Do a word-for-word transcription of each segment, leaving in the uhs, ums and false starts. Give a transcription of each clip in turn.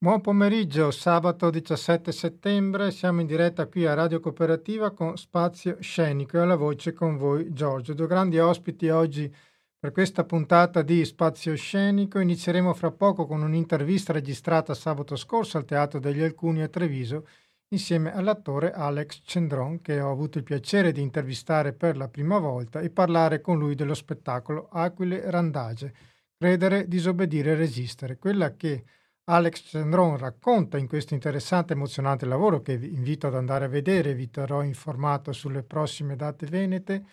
Buon pomeriggio, sabato diciassette settembre, siamo in diretta qui a Radio Cooperativa con Spazio Scenico e alla voce con voi Giorgio. Due grandi ospiti oggi per questa puntata di Spazio Scenico. Inizieremo fra poco con un'intervista registrata sabato scorso al Teatro degli Alcuni a Treviso insieme all'attore Alex Cendron, che ho avuto il piacere di intervistare per la prima volta e parlare con lui dello spettacolo Aquile Randage, credere, disobbedire, resistere, quella che Alex Cendron racconta in questo interessante e emozionante lavoro, che vi invito ad andare a vedere, vi terrò informato sulle prossime date venete.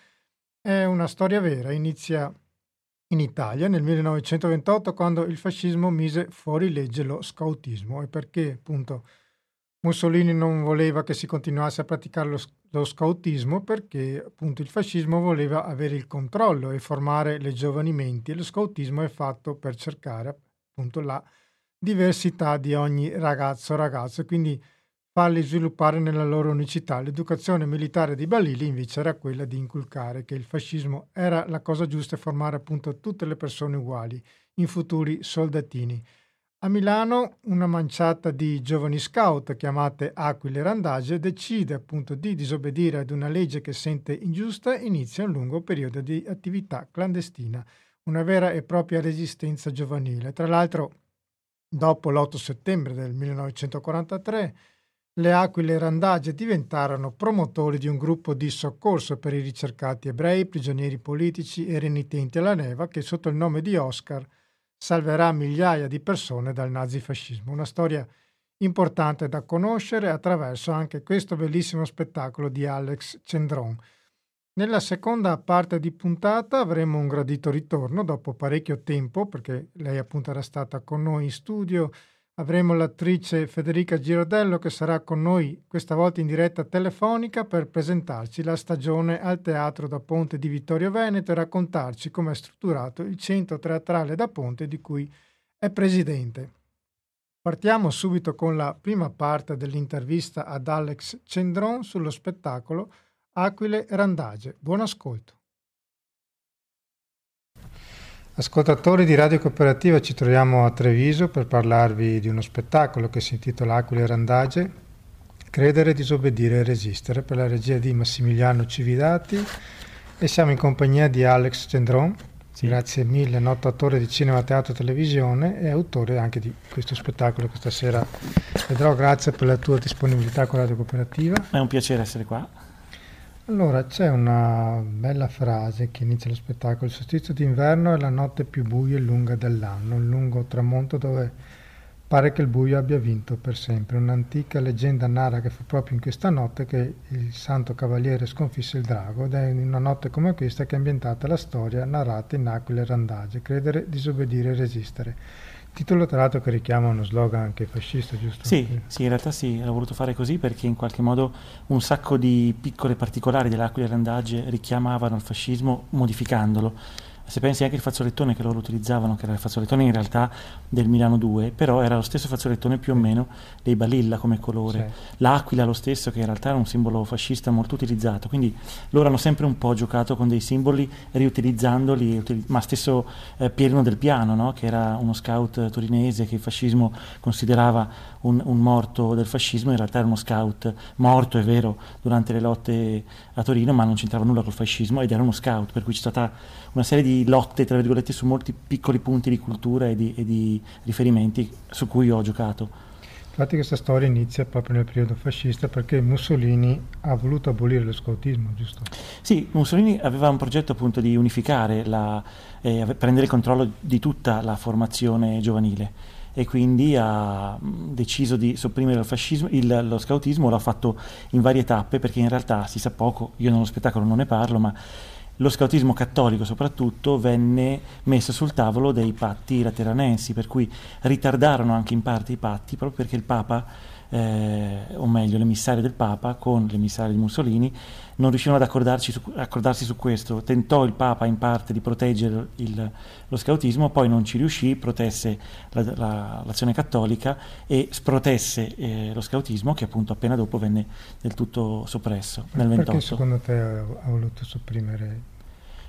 È una storia vera, inizia in Italia nel millenovecentoventotto, quando il fascismo mise fuori legge lo scautismo, e perché appunto Mussolini non voleva che si continuasse a praticare lo, lo scautismo, perché appunto il fascismo voleva avere il controllo e formare le giovani menti, e lo scautismo è fatto per cercare appunto la diversità di ogni ragazzo o ragazzo, e quindi farli sviluppare nella loro unicità. L'educazione militare di Balili invece era quella di inculcare che il fascismo era la cosa giusta e formare appunto tutte le persone uguali in futuri soldatini. A Milano una manciata di giovani scout chiamate Aquile Randage decide appunto di disobbedire ad una legge che sente ingiusta e inizia un lungo periodo di attività clandestina, una vera e propria resistenza giovanile. Tra l'altro, dopo l'otto settembre del millenovecentoquarantatré, le Aquile Randage diventarono promotori di un gruppo di soccorso per i ricercati ebrei, prigionieri politici e renitenti alla leva, che sotto il nome di Oscar salverà migliaia di persone dal nazifascismo. Una storia importante da conoscere attraverso anche questo bellissimo spettacolo di Alex Cendron. Nella seconda parte di puntata avremo un gradito ritorno dopo parecchio tempo, perché lei appunto era stata con noi in studio. Avremo l'attrice Federica Girodello, che sarà con noi questa volta in diretta telefonica per presentarci la stagione al Teatro da Ponte di Vittorio Veneto e raccontarci come è strutturato il Centro Teatrale da Ponte, di cui è presidente. Partiamo subito con la prima parte dell'intervista ad Alex Cendron sullo spettacolo Aquile Randage. Buon ascolto. Ascoltatori di Radio Cooperativa, ci troviamo a Treviso per parlarvi di uno spettacolo che si intitola Aquile Randage, credere, disobbedire e resistere, per la regia di Massimiliano Cividati, e siamo in compagnia di Alex Cendron. Sì. Grazie mille, noto attore di cinema, teatro e televisione e autore anche di questo spettacolo che stasera vedrò. Grazie per la tua disponibilità con Radio Cooperativa. È un piacere essere qua. Allora, c'è una bella frase che inizia lo spettacolo: il solstizio d'inverno è la notte più buia e lunga dell'anno, un lungo tramonto dove pare che il buio abbia vinto per sempre. Un'antica leggenda narra che fu proprio in questa notte che il santo cavaliere sconfisse il drago, ed è in una notte come questa che è ambientata la storia narrata in Aquile Randage, credere, disobbedire e resistere. Titolo tra l'altro che richiama uno slogan anche fascista, giusto? Sì, sì, in realtà sì, l'ho voluto fare così perché in qualche modo un sacco di piccole particolari dell'Aquile Randage richiamavano il fascismo modificandolo. Se pensi anche al fazzolettone che loro utilizzavano, che era il fazzolettone in realtà del Milano due, però era lo stesso fazzolettone più o meno dei Balilla come colore. Sì. L'aquila lo stesso, che in realtà era un simbolo fascista molto utilizzato, quindi loro hanno sempre un po' giocato con dei simboli riutilizzandoli, utili- ma stesso eh, Pierino del Piano, no? Che era uno scout torinese che il fascismo considerava un, un morto del fascismo, in realtà era uno scout morto, è vero, durante le lotte a Torino, ma non c'entrava nulla col fascismo ed era uno scout, per cui c'è stata una serie di lotte, tra virgolette, su molti piccoli punti di cultura e di, e di riferimenti su cui ho giocato. Infatti questa storia inizia proprio nel periodo fascista, perché Mussolini ha voluto abolire lo scautismo, giusto? Sì, Mussolini aveva un progetto appunto di unificare, la, eh, prendere il controllo di tutta la formazione giovanile, e quindi ha deciso di sopprimere il fascismo, il, lo scautismo. L'ha fatto in varie tappe, perché in realtà si sa poco, io nello spettacolo non ne parlo, ma lo scautismo cattolico soprattutto venne messo sul tavolo dei patti lateranensi, per cui ritardarono anche in parte i patti, proprio perché il Papa, eh, o meglio l'emissario del Papa con l'emissario di Mussolini, non riuscivano ad accordarci su, accordarsi su questo. Tentò il Papa in parte di proteggere il, lo scautismo, poi non ci riuscì, protesse la, la, l'azione cattolica e sprotesse eh, lo scautismo, che appunto appena dopo venne del tutto soppresso nel ventotto. Perché secondo te ha voluto sopprimere?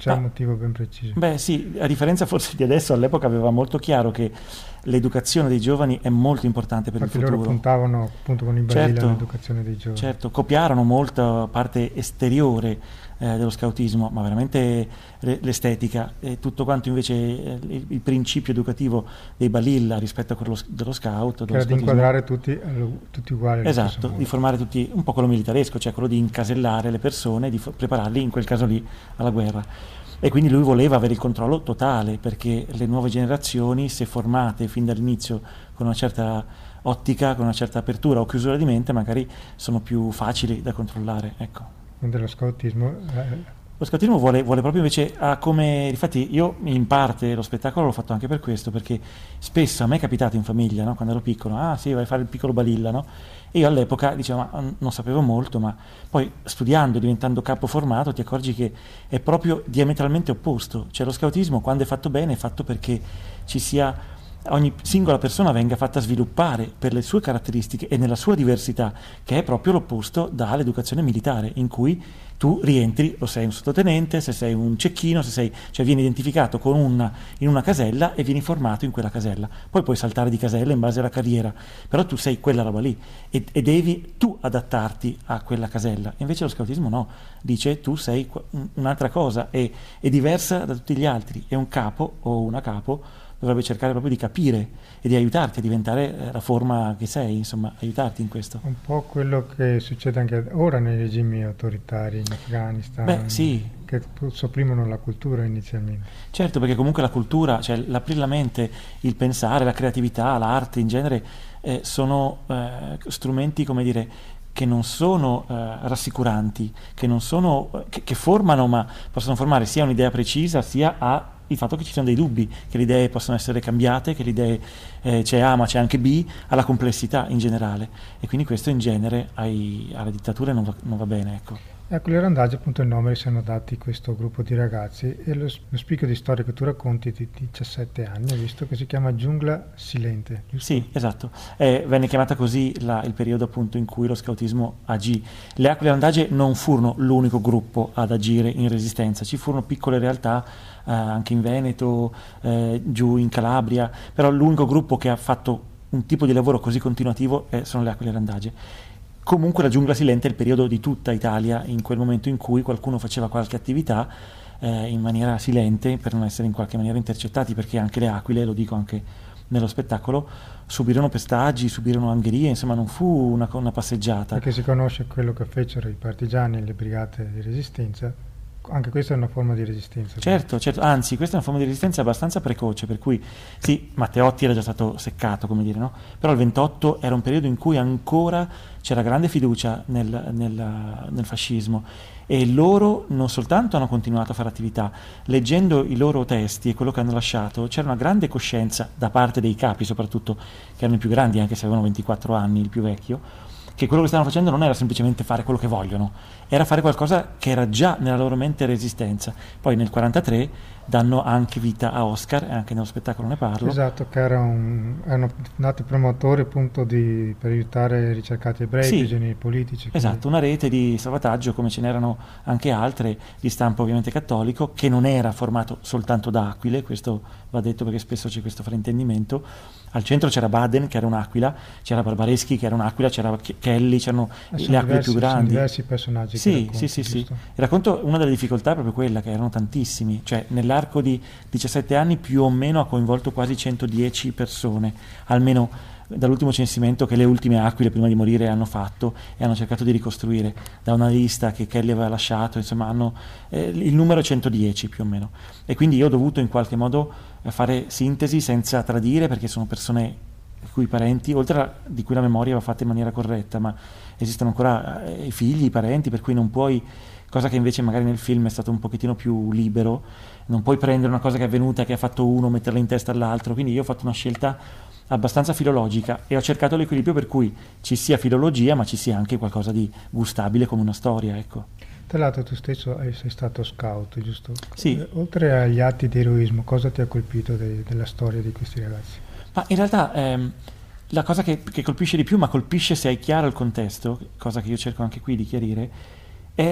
c'è Ah, un motivo ben preciso. Beh sì, a differenza forse di adesso, all'epoca aveva molto chiaro che l'educazione dei giovani è molto importante per il Infatti loro futuro. puntavano appunto con i Basile Certo, all'educazione dei giovani. certo, copiarono molta parte esteriore eh, dello scautismo, ma veramente le- l'estetica e tutto quanto invece eh, il, il principio educativo dei Balilla rispetto a quello s- dello scout, Che dello era di scautismo. inquadrare tutti, allo- tutti uguali allo stesso Esatto, di modo. formare tutti un po' quello militaresco, cioè quello di incasellare le persone, di fo- prepararli in quel caso lì alla guerra. E quindi lui voleva avere il controllo totale perché le nuove generazioni, se formate fin dall'inizio con una certa ottica, con una certa apertura o chiusura di mente, magari sono più facili da controllare. Ecco. Quindi lo scautismo, eh, Lo scautismo vuole, vuole proprio invece, ha come, infatti io in parte lo spettacolo l'ho fatto anche per questo, perché spesso a me è capitato in famiglia, no, quando ero piccolo, ah sì, vai a fare il piccolo Balilla, no? E io all'epoca dicevo, ma mm, non sapevo molto, ma poi studiando, diventando capo formato, ti accorgi che è proprio diametralmente opposto. Cioè lo scautismo, quando è fatto bene, è fatto perché ci sia ogni singola persona venga fatta sviluppare per le sue caratteristiche e nella sua diversità, che è proprio l'opposto dall'educazione militare, in cui tu rientri, lo sei un sottotenente, se sei un cecchino, se sei, cioè vieni identificato con una, in una casella e vieni formato in quella casella. Poi puoi saltare di casella in base alla carriera, però tu sei quella roba lì e, e devi tu adattarti a quella casella. Invece lo scautismo no, dice tu sei qua- un- un'altra cosa, è, è diversa da tutti gli altri, e un capo o una capo dovrebbe cercare proprio di capire e di aiutarti a diventare eh, la forma che sei, insomma, aiutarti in questo. un po' quello che succede anche ora nei regimi autoritari in Beh, Afghanistan, sì, che sopprimono la cultura inizialmente. certo, perché comunque la cultura, cioè l'aprir la mente, il pensare, la creatività, l'arte in genere eh, sono eh, strumenti, come dire, che non sono eh, rassicuranti, che non sono, eh, che, che formano, ma possono formare sia un'idea precisa, sia a il fatto che ci siano dei dubbi, che le idee possono essere cambiate, che le idee eh, c'è A ma c'è anche B, alla complessità in generale. E quindi questo in genere ai, alle dittature non va, non va bene, ecco. Ecco, le randaggi, appunto il nome, si hanno dati questo gruppo di ragazzi e lo, lo spicchio di storia che tu racconti di diciassette anni, ho visto che si chiama Giungla Silente, giusto? Sì, esatto. Eh, venne chiamata così la- il periodo appunto in cui lo scautismo agì. Le Aquile Randagge non furono l'unico gruppo ad agire in resistenza, ci furono piccole realtà eh, anche in Veneto, eh, giù in Calabria, però l'unico gruppo che ha fatto un tipo di lavoro così continuativo eh, sono le Aquile Randagge. Comunque la Giungla Silente è il periodo di tutta Italia, in quel momento in cui qualcuno faceva qualche attività eh, in maniera silente per non essere in qualche maniera intercettati, perché anche le aquile, lo dico anche nello spettacolo, subirono pestaggi, subirono angherie, insomma non fu una, una passeggiata. Perché si conosce quello che fecero i partigiani e le brigate di resistenza, anche questa è una forma di resistenza. Certo, certo, anzi questa è una forma di resistenza abbastanza precoce, per cui sì, Matteotti era già stato seccato, come dire, no? Però il ventotto era un periodo in cui ancora c'era grande fiducia nel, nel, nel fascismo e loro non soltanto hanno continuato a fare attività, leggendo i loro testi e quello che hanno lasciato, c'era una grande coscienza da parte dei capi soprattutto, che erano i più grandi, anche se avevano ventiquattro anni, il più vecchio, che quello che stavano facendo non era semplicemente fare quello che vogliono, era fare qualcosa che era già nella loro mente resistenza. Poi nel quarantatré danno anche vita a Oscar, e anche nello spettacolo ne parlo. Esatto, che era un, erano nati promotori appunto di, per aiutare i ricercati ebrei, Sì, prigionieri politici. quindi- esatto, una rete di salvataggio come ce n'erano anche altre di stampo ovviamente cattolico, che non era formato soltanto da aquile, questo va detto perché spesso c'è questo fraintendimento. Al centro c'era Baden che era un'aquila, c'era Barbareschi che era un'aquila, c'era Kelly, c'erano Eh, le sono aquile diversi, più sono grandi. diversi personaggi che Sì, racconti, sì, sì, sì. giusto? Il racconto, una delle difficoltà è proprio quella che erano tantissimi, cioè nell'arco di diciassette anni più o meno ha coinvolto quasi centodieci persone, almeno dall'ultimo censimento che le ultime aquile prima di morire hanno fatto e hanno cercato di ricostruire da una lista che Kelly aveva lasciato, insomma hanno eh, il numero è centodieci più o meno, e quindi io ho dovuto in qualche modo eh, fare sintesi senza tradire, perché sono persone i cui parenti, oltre a di cui la memoria va fatta in maniera corretta, ma esistono ancora eh, i figli, i parenti, per cui non puoi, cosa che invece magari nel film è stato un pochettino più libero, non puoi prendere una cosa che è avvenuta, che ha fatto uno, metterla in testa all'altro, quindi io ho fatto una scelta abbastanza filologica e ho cercato l'equilibrio per cui ci sia filologia ma ci sia anche qualcosa di gustabile come una storia, ecco. Tra l'altro tu stesso hai- sei stato scout, giusto? Sì. Eh, Oltre agli atti di eroismo, cosa ti ha colpito de- della storia di questi ragazzi? Ma in realtà ehm, la cosa che, che colpisce di più, ma colpisce se hai chiaro il contesto, cosa che io cerco anche qui di chiarire, è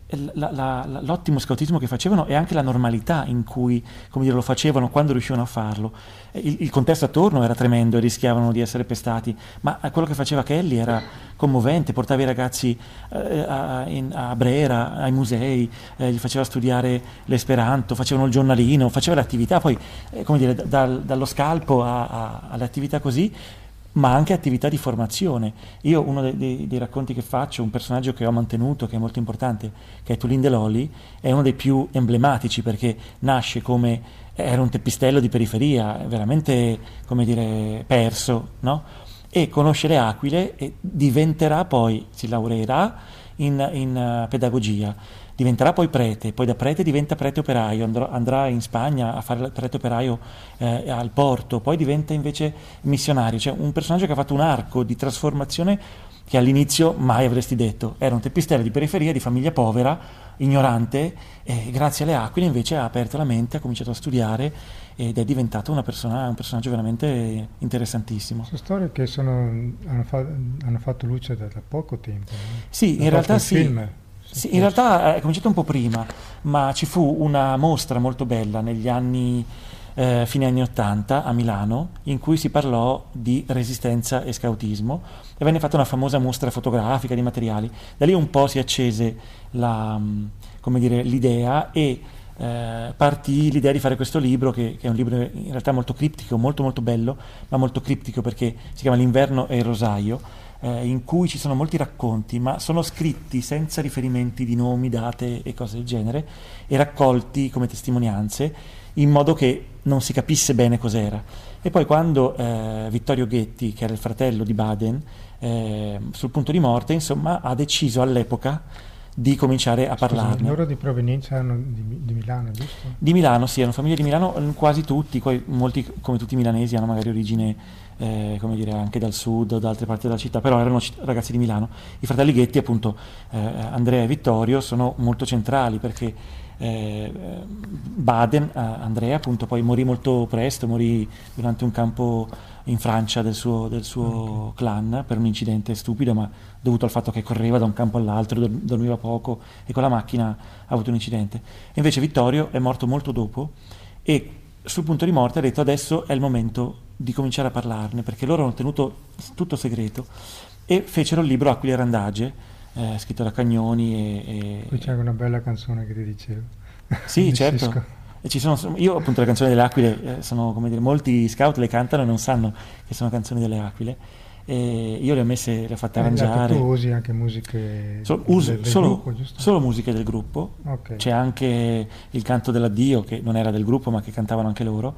la, la, la, l'ottimo scautismo che facevano e anche la normalità in cui, come dire, lo facevano quando riuscivano a farlo. Il, il contesto attorno era tremendo e rischiavano di essere pestati, ma quello che faceva Kelly era commovente, portava i ragazzi eh, a, in, a Brera, ai musei, eh, gli faceva studiare l'esperanto, facevano il giornalino, faceva le attività, poi eh, come dire, da, dallo scalpo a, a, alle attività così, ma anche attività di formazione. Io uno dei, dei, dei racconti che faccio, un personaggio che ho mantenuto, che è molto importante, che è Tulin Deloli, è uno dei più emblematici perché nasce come, era un teppistello di periferia, veramente, come dire, perso, no? E conosce le aquile e diventerà poi, si laureerà in, in uh, pedagogia, diventerà poi prete, poi da prete diventa prete operaio, andrò, andrà in Spagna a fare il prete operaio eh, al Porto, poi diventa invece missionario, cioè un personaggio che ha fatto un arco di trasformazione che all'inizio mai avresti detto, era un teppistello di periferia, di famiglia povera, ignorante, e grazie alle aquile invece ha aperto la mente, ha cominciato a studiare ed è diventato una persona, un personaggio veramente interessantissimo. Sono storie che sono, hanno, fa, hanno fatto luce da, da poco tempo. No? Sì, da in realtà sì. Film. Sì, in realtà è cominciato un po' prima, ma ci fu una mostra molto bella negli anni, eh, fine anni ottanta a Milano, in cui si parlò di resistenza e scautismo e venne fatta una famosa mostra fotografica di materiali. Da lì un po' si accese la, come dire, l'idea e eh, partì l'idea di fare questo libro, che, che è un libro in realtà molto criptico, molto molto bello, ma molto criptico perché si chiama L'inverno e il rosaio, Eh, in cui ci sono molti racconti, ma sono scritti senza riferimenti di nomi, date e cose del genere, e raccolti come testimonianze, in modo che non si capisse bene cos'era. E poi quando eh, Vittorio Ghetti, che era il fratello di Baden, eh, sul punto di morte, insomma, ha deciso all'epoca di cominciare a Scusa, parlarne. loro di provenienza erano di, di Milano, giusto? Di Milano, sì, erano famiglie di Milano, quasi tutti, poi molti, come tutti i milanesi, hanno magari origine Eh, come dire, anche dal sud o da altre parti della città, però erano citt- ragazzi di Milano. I fratelli Ghetti, appunto, eh, Andrea e Vittorio, sono molto centrali perché eh, Baden, eh, Andrea, appunto, poi morì molto presto, morì durante un campo in Francia del suo, del suo okay. clan per un incidente stupido, ma dovuto al fatto che correva da un campo all'altro, dor- dormiva poco e con la macchina ha avuto un incidente. E invece Vittorio è morto molto dopo e sul punto di morte ha detto adesso è il momento di cominciare a parlarne, perché loro hanno tenuto tutto segreto e fecero il libro Aquile Randage, eh, scritto da Cagnoni e, e qui c'è una bella canzone che ti dicevo. Sì, certo. E ci sono, io appunto le canzoni delle aquile eh, sono, come dire, molti scout le cantano e non sanno che sono canzoni delle aquile, e io le ho messe, le ho fatte arrangiare. Eh, tu usi anche musiche so, uso, del, del solo, gruppo, giusto? Solo musiche del gruppo, okay. C'è anche il canto dell'addio che non era del gruppo ma che cantavano anche loro,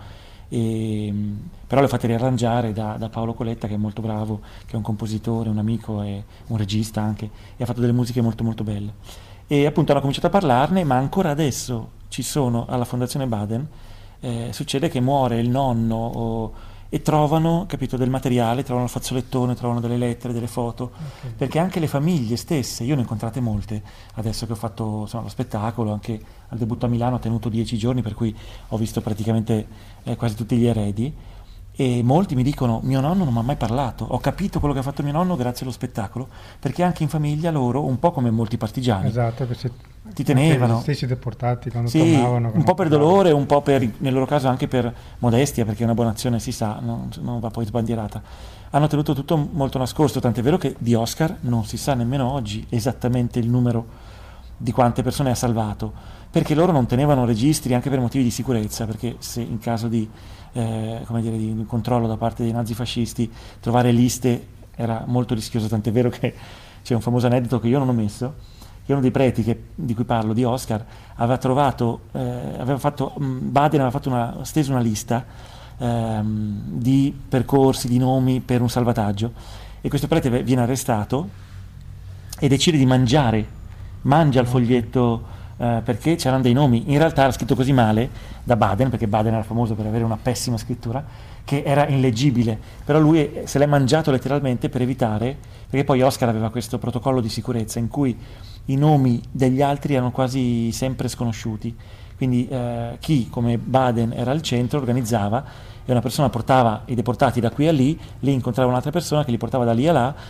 e, però le ho fatte riarrangiare da, da Paolo Coletta, che è molto bravo, che è un compositore, un amico e un regista anche, e ha fatto delle musiche molto molto belle. E appunto hanno cominciato a parlarne, ma ancora adesso ci sono alla Fondazione Baden, eh, succede che muore il nonno o, e trovano, capito, del materiale, trovano il fazzolettone, trovano delle lettere, delle foto, okay. Perché anche le famiglie stesse, io ne ho incontrate molte, adesso che ho fatto insomma, lo spettacolo, anche al debutto a Milano ho tenuto dieci giorni, per cui ho visto praticamente eh, quasi tutti gli eredi, e molti mi dicono mio nonno non mi ha mai parlato, ho capito quello che ha fatto mio nonno grazie allo spettacolo, perché anche in famiglia loro, un po' come molti partigiani, esatto, che si, ti tenevano, gli stessi deportati quando sì, tornavano, un po' per dolore, un po' per, nel loro caso anche per modestia, perché una buona azione si sa, non, non va poi sbandierata, hanno tenuto tutto molto nascosto, tant'è vero che di Oscar non si sa nemmeno oggi esattamente il numero di quante persone ha salvato, perché loro non tenevano registri anche per motivi di sicurezza, perché se in caso di Eh, come dire, di controllo da parte dei nazifascisti trovare liste era molto rischioso, tant'è vero che c'è un famoso aneddoto che io non ho messo, che uno dei preti che, di cui parlo, di Oscar, aveva trovato, eh, aveva fatto, Baden aveva fatto una, steso una lista ehm, di percorsi, di nomi per un salvataggio, e questo prete viene arrestato e decide di mangiare, mangia il foglietto Uh, perché c'erano dei nomi, in realtà era scritto così male da Baden, perché Baden era famoso per avere una pessima scrittura, che era illeggibile, però lui se l'è mangiato letteralmente per evitare, perché poi Oscar aveva questo protocollo di sicurezza in cui i nomi degli altri erano quasi sempre sconosciuti, quindi uh, chi come Baden era al centro organizzava, e una persona portava i deportati da qui a lì, lì incontrava un'altra persona che li portava da lì a là,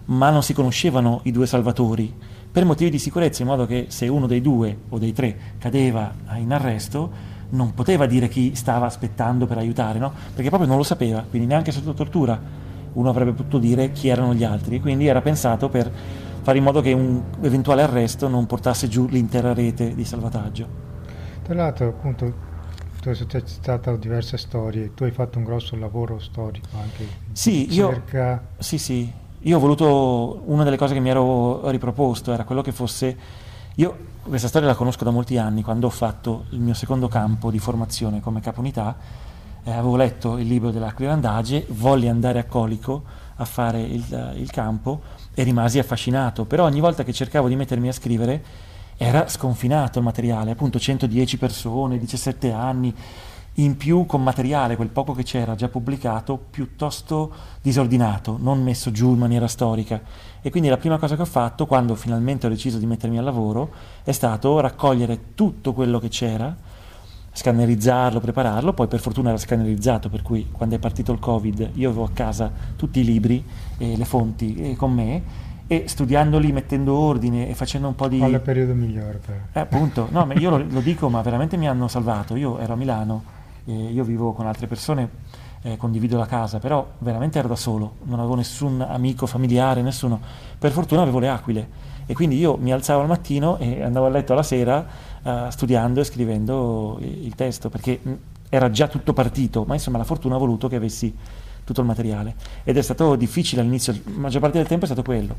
ma non si conoscevano i due salvatori, per motivi di sicurezza, in modo che se uno dei due o dei tre cadeva in arresto, non poteva dire chi stava aspettando per aiutare, no? Perché proprio non lo sapeva, quindi neanche sotto tortura uno avrebbe potuto dire chi erano gli altri, quindi era pensato per fare in modo che un eventuale arresto non portasse giù l'intera rete di salvataggio. Tra l'altro, appunto, tu hai citato diverse storie, tu hai fatto un grosso lavoro storico anche in Sì, ricerca. io, sì, sì, io ho voluto, una delle cose che mi ero riproposto era quello che fosse, io questa storia la conosco da molti anni, quando ho fatto il mio secondo campo di formazione come capo unità, eh, avevo letto il libro dell'Aquila Randage, volli andare a Colico a fare il, il campo e rimasi affascinato, però ogni volta che cercavo di mettermi a scrivere era sconfinato il materiale, appunto centodieci persone, diciassette anni, in più con materiale, quel poco che c'era già pubblicato, piuttosto disordinato, non messo giù in maniera storica. E quindi la prima cosa che ho fatto, quando finalmente ho deciso di mettermi al lavoro, è stato raccogliere tutto quello che c'era, scannerizzarlo, prepararlo, poi per fortuna era scannerizzato, per cui quando è partito il Covid io avevo a casa tutti i libri e le fonti con me, e studiandoli, mettendo ordine e facendo un po' di... Qual è il periodo migliore per... Eh, appunto, no, ma io lo, lo dico, ma veramente mi hanno salvato. Io ero a Milano, eh, io vivo con altre persone, eh, condivido la casa, però veramente ero da solo, non avevo nessun amico, familiare, nessuno. Per fortuna avevo le aquile e quindi io mi alzavo al mattino e andavo a letto alla sera eh, studiando e scrivendo il, il testo, perché mh, era già tutto partito, ma insomma la fortuna ha voluto che avessi tutto il materiale ed è stato difficile all'inizio, la maggior parte del tempo è stato quello.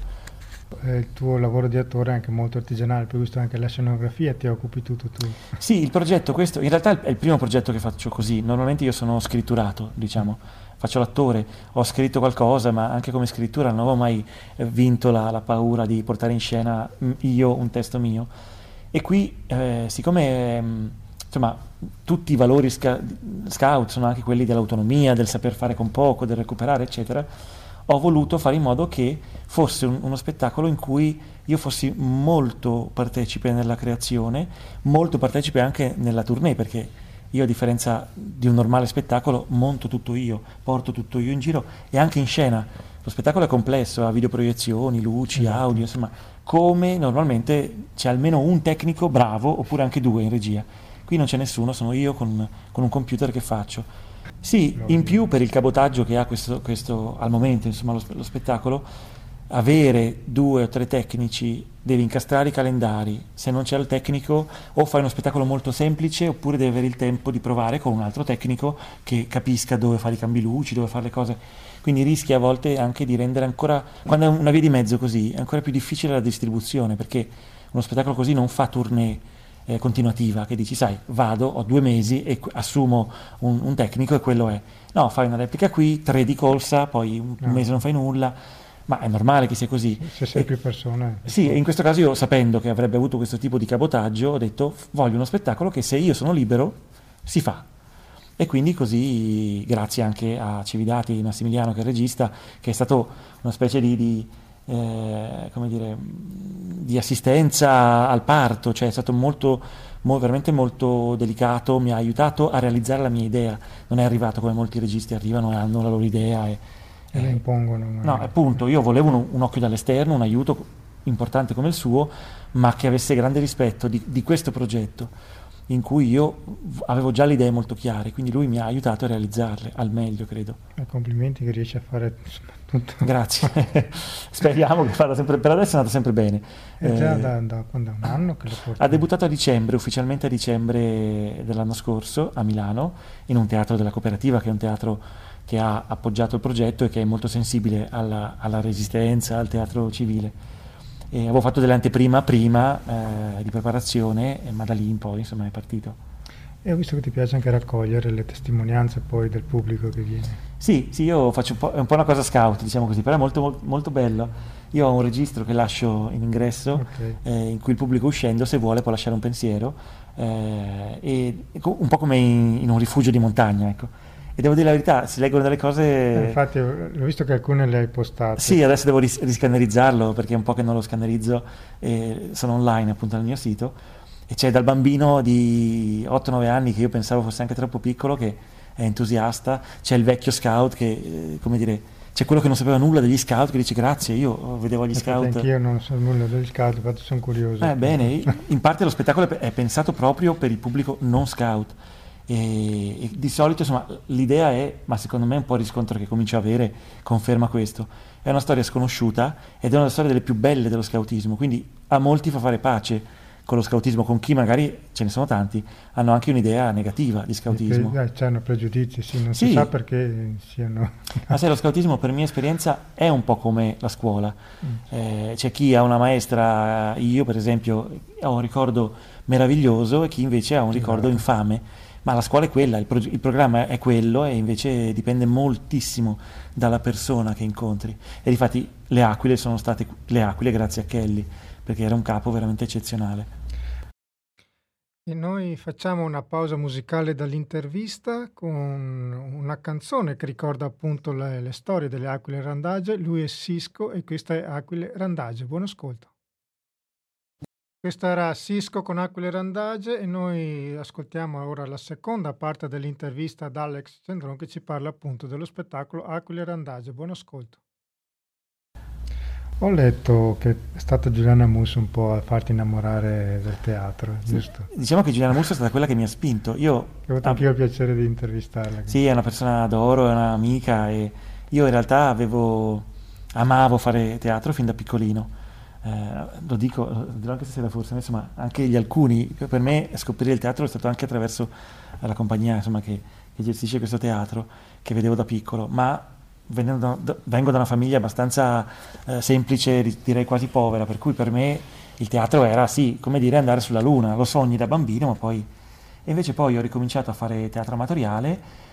Il tuo lavoro di attore è anche molto artigianale, per questo anche la scenografia ti occupi tutto tu. Sì, il progetto questo, in realtà è il primo progetto che faccio così, normalmente io sono scritturato, diciamo, faccio l'attore, ho scritto qualcosa, ma anche come scrittura non avevo mai vinto la, la paura di portare in scena io un testo mio. E qui, eh, siccome insomma tutti i valori sca- scout sono anche quelli dell'autonomia, del saper fare con poco, del recuperare, eccetera, ho voluto fare in modo che fosse un, uno spettacolo in cui io fossi molto partecipe nella creazione, molto partecipe anche nella tournée, perché io, a differenza di un normale spettacolo, monto tutto io, porto tutto io in giro e anche in scena. Lo spettacolo è complesso, ha videoproiezioni, luci, esatto. audio, insomma, come normalmente c'è almeno un tecnico bravo, oppure anche due in regia. Qui non c'è nessuno, sono io con, con un computer che faccio. Sì, in più per il cabotaggio che ha questo, questo al momento, insomma, lo, lo spettacolo, avere due o tre tecnici, devi incastrare i calendari, se non c'è il tecnico o fai uno spettacolo molto semplice oppure devi avere il tempo di provare con un altro tecnico che capisca dove fare i cambi luci, dove fare le cose, quindi rischi a volte anche di rendere ancora, quando è una via di mezzo così, è ancora più difficile la distribuzione, perché uno spettacolo così non fa tournée Eh, continuativa, che dici, sai, vado, ho due mesi e assumo un, un tecnico e quello è. No, fai una replica qui, tre di corsa, poi un, un mese non fai nulla, ma è normale che sia così. Se sei e, più persone. Sì, e in questo caso io, sapendo che avrebbe avuto questo tipo di cabotaggio, ho detto, voglio uno spettacolo che se io sono libero, si fa. E quindi così, grazie anche a Cividati, Massimiliano, che è il regista, che è stato una specie di... di Eh, come dire, di assistenza al parto, cioè è stato molto, mo, veramente molto delicato, mi ha aiutato a realizzare la mia idea, non è arrivato come molti registi arrivano e hanno la loro idea e, e la impongono. No, appunto, io volevo un, un occhio dall'esterno, un aiuto importante come il suo, ma che avesse grande rispetto di, di questo progetto, in cui io avevo già le idee molto chiare, quindi lui mi ha aiutato a realizzarle al meglio, credo. E complimenti che riesci a fare tutto. Grazie, speriamo che vada sempre, per adesso è andato sempre bene. È già eh, da, da quando è un anno che lo porta? Ha debuttato a dicembre, ufficialmente a dicembre dell'anno scorso a Milano, in un teatro della Cooperativa, che è un teatro che ha appoggiato il progetto e che è molto sensibile alla, alla resistenza, al teatro civile. E avevo fatto delle anteprima prima eh, di preparazione, ma da lì in poi insomma è partito. E ho visto che ti piace anche raccogliere le testimonianze poi del pubblico che viene. Sì, sì, io faccio un po', è un po' una cosa scout, diciamo così, però è molto, molto, molto bello. Io ho un registro che lascio in ingresso, okay. eh, in cui il pubblico uscendo, se vuole, può lasciare un pensiero, eh, e, un po' come in, in un rifugio di montagna, ecco. E devo dire la verità, si leggono delle cose... Eh, infatti ho visto che alcune le hai postate. Sì, adesso devo ris- riscannerizzarlo perché è un po' che non lo scannerizzo, e sono online appunto nel mio sito, e c'è dal bambino di otto nove anni che io pensavo fosse anche troppo piccolo, che è entusiasta, c'è il vecchio scout che, eh, come dire, c'è quello che non sapeva nulla degli scout che dice grazie, io vedevo gli scout. Anch'io non so nulla degli scout, infatti sono curioso. Eh, bene, in parte lo spettacolo è pensato proprio per il pubblico non scout. E, e di solito insomma l'idea è, ma secondo me un po' il riscontro che comincio a avere conferma questo, è una storia sconosciuta ed è una storia delle più belle dello scautismo, quindi a molti fa fare pace con lo scautismo, con chi magari, ce ne sono tanti, hanno anche un'idea negativa di scautismo. Eh, c'hanno pregiudizi, sì, non sì. si sa perché siano... Ma sai, lo scautismo per mia esperienza è un po' come la scuola, mm. eh, c'è chi ha una maestra, io per esempio ho un ricordo meraviglioso e chi invece ha un ricordo esatto. infame. Ma la scuola è quella, il, pro- il programma è quello e invece dipende moltissimo dalla persona che incontri. E difatti le Aquile sono state le Aquile grazie a Kelly, perché era un capo veramente eccezionale. E noi facciamo una pausa musicale dall'intervista con una canzone che ricorda appunto le, le storie delle Aquile Randage. Lui è Sisco e questa è Aquile Randage. Buon ascolto. Questo era Sisco con Aquile Randage e noi ascoltiamo ora la seconda parte dell'intervista ad Alex Cendron che ci parla appunto dello spettacolo Aquile Randage. Buon ascolto. Ho letto che è stata Giuliana Musso un po' a farti innamorare del teatro, sì, giusto? Diciamo che Giuliana Musso è stata quella che mi ha spinto. Io ho avuto anche io il piacere di intervistarla. Sì, è una persona d'oro, è un'amica e io in realtà avevo amavo fare teatro fin da piccolino. Eh, lo dico, lo dirò anche stasera forse, insomma, anche gli alcuni, per me scoprire il teatro è stato anche attraverso la compagnia insomma, che, che gestisce questo teatro, che vedevo da piccolo, ma venendo da, vengo da una famiglia abbastanza eh, semplice, direi quasi povera, per cui per me il teatro era sì, come dire andare sulla luna, lo sogni da bambino, ma poi e invece poi ho ricominciato a fare teatro amatoriale,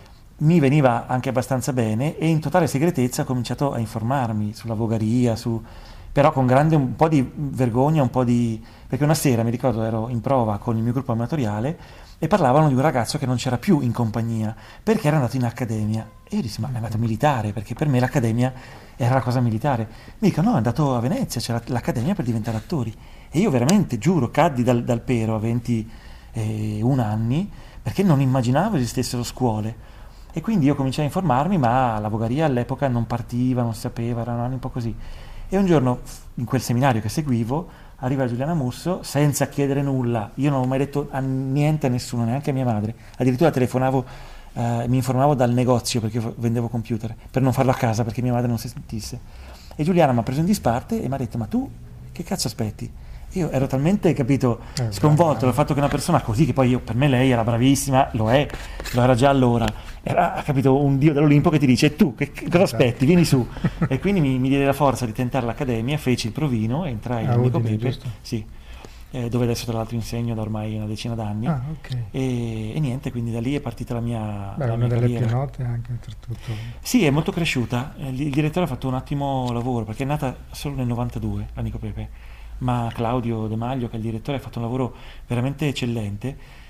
mi veniva anche abbastanza bene e in totale segretezza ho cominciato a informarmi sulla vogaria, su però con grande un po' di vergogna, un po' di... perché una sera, mi ricordo, ero in prova con il mio gruppo amatoriale e parlavano di un ragazzo che non c'era più in compagnia, perché era andato in accademia. E io dissi, ma è andato militare, perché per me l'accademia era la cosa militare. Mi dicono, no, è andato a Venezia, c'era l'accademia per diventare attori. E io veramente, giuro, caddi dal, dal pero a ventuno anni, perché non immaginavo esistessero scuole. E quindi io cominciai a informarmi, ma la vogaria all'epoca non partiva, non si sapeva, erano anni un po' così. E un giorno, in quel seminario che seguivo, arriva Giuliana Musso senza chiedere nulla. Io non ho mai detto a niente a nessuno, neanche a mia madre. Addirittura telefonavo, eh, mi informavo dal negozio perché io vendevo computer, per non farlo a casa perché mia madre non si sentisse. E Giuliana mi ha preso in disparte e mi ha detto, ma tu che cazzo aspetti? Io ero talmente, capito, eh, sconvolto dal fatto che una persona così, che poi io, per me lei era bravissima, lo è, lo era già allora, era, capito, un dio dall'Olimpo che ti dice, e tu, che, che cosa aspetti, vieni su. E quindi mi, mi diede la forza di tentare l'accademia, feci il provino, entrai ah, in Nicopepe, sì, eh, dove adesso tra l'altro insegno da ormai una decina d'anni, ah, okay. e, e niente, quindi da lì è partita la mia Beh, la una mia delle carriera. più note anche oltretutto. Sì, è molto cresciuta, il, il direttore ha fatto un ottimo lavoro, perché è nata solo nel novantadue, la Nicopepe, ma Claudio De Maglio, che è il direttore, ha fatto un lavoro veramente eccellente.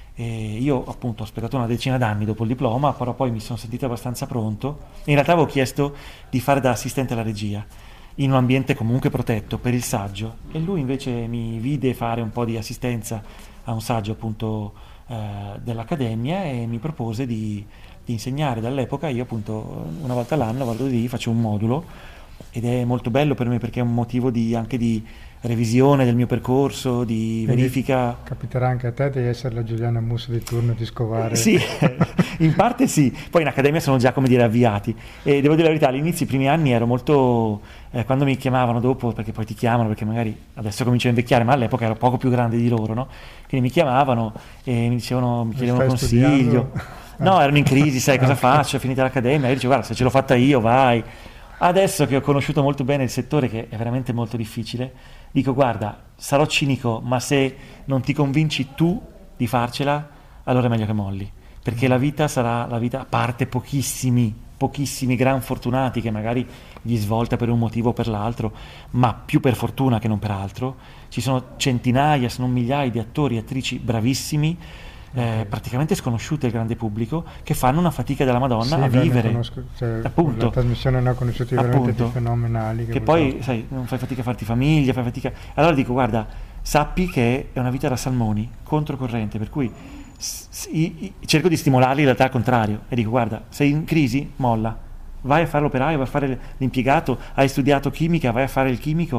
E io appunto ho aspettato una decina d'anni dopo il diploma, però poi mi sono sentito abbastanza pronto. In realtà avevo chiesto di fare da assistente alla regia in un ambiente comunque protetto per il saggio, e lui invece mi vide fare un po' di assistenza a un saggio appunto eh, dell'accademia e mi propose di, di insegnare. Dall'epoca io appunto una volta all'anno vado lì, faccio un modulo ed è molto bello per me perché è un motivo di, anche di revisione del mio percorso, di Quindi verifica. Capiterà anche a te di essere la Giuliana Musso di turno, di scovare. Sì, in parte sì, poi in accademia sono già, come dire, avviati, e devo dire la verità, all'inizio, i primi anni ero molto, eh, quando mi chiamavano dopo, perché poi ti chiamano, perché magari adesso comincio a invecchiare, ma all'epoca ero poco più grande di loro, no? Quindi mi chiamavano e mi dicevano, mi chiedevano consiglio, no, erano in crisi, sai cosa faccio, è finita l'accademia, io dicevo, guarda, se ce l'ho fatta io, vai. Adesso che ho conosciuto molto bene il settore, che è veramente molto difficile, dico, guarda, sarò cinico, ma se non ti convinci tu di farcela, allora è meglio che molli, perché la vita sarà la vita, a parte pochissimi, pochissimi gran fortunati che magari gli svolta per un motivo o per l'altro, ma più per fortuna che non per altro, ci sono centinaia, se non migliaia di attori e attrici bravissimi, Eh, praticamente sconosciute al grande pubblico, che fanno una fatica della Madonna sì, a vivere, conosco, cioè, appunto, la trasmissione ne ho conosciuti veramente più fenomenali che, che poi sai, non fai fatica a farti famiglia, fai fatica, allora dico, guarda, sappi che è una vita da salmoni, controcorrente, per cui s- s- i- i- cerco di stimolarli in realtà al contrario e dico, guarda, sei in crisi, molla, vai a fare l'operaio, vai a fare l'impiegato, hai studiato chimica, vai a fare il chimico,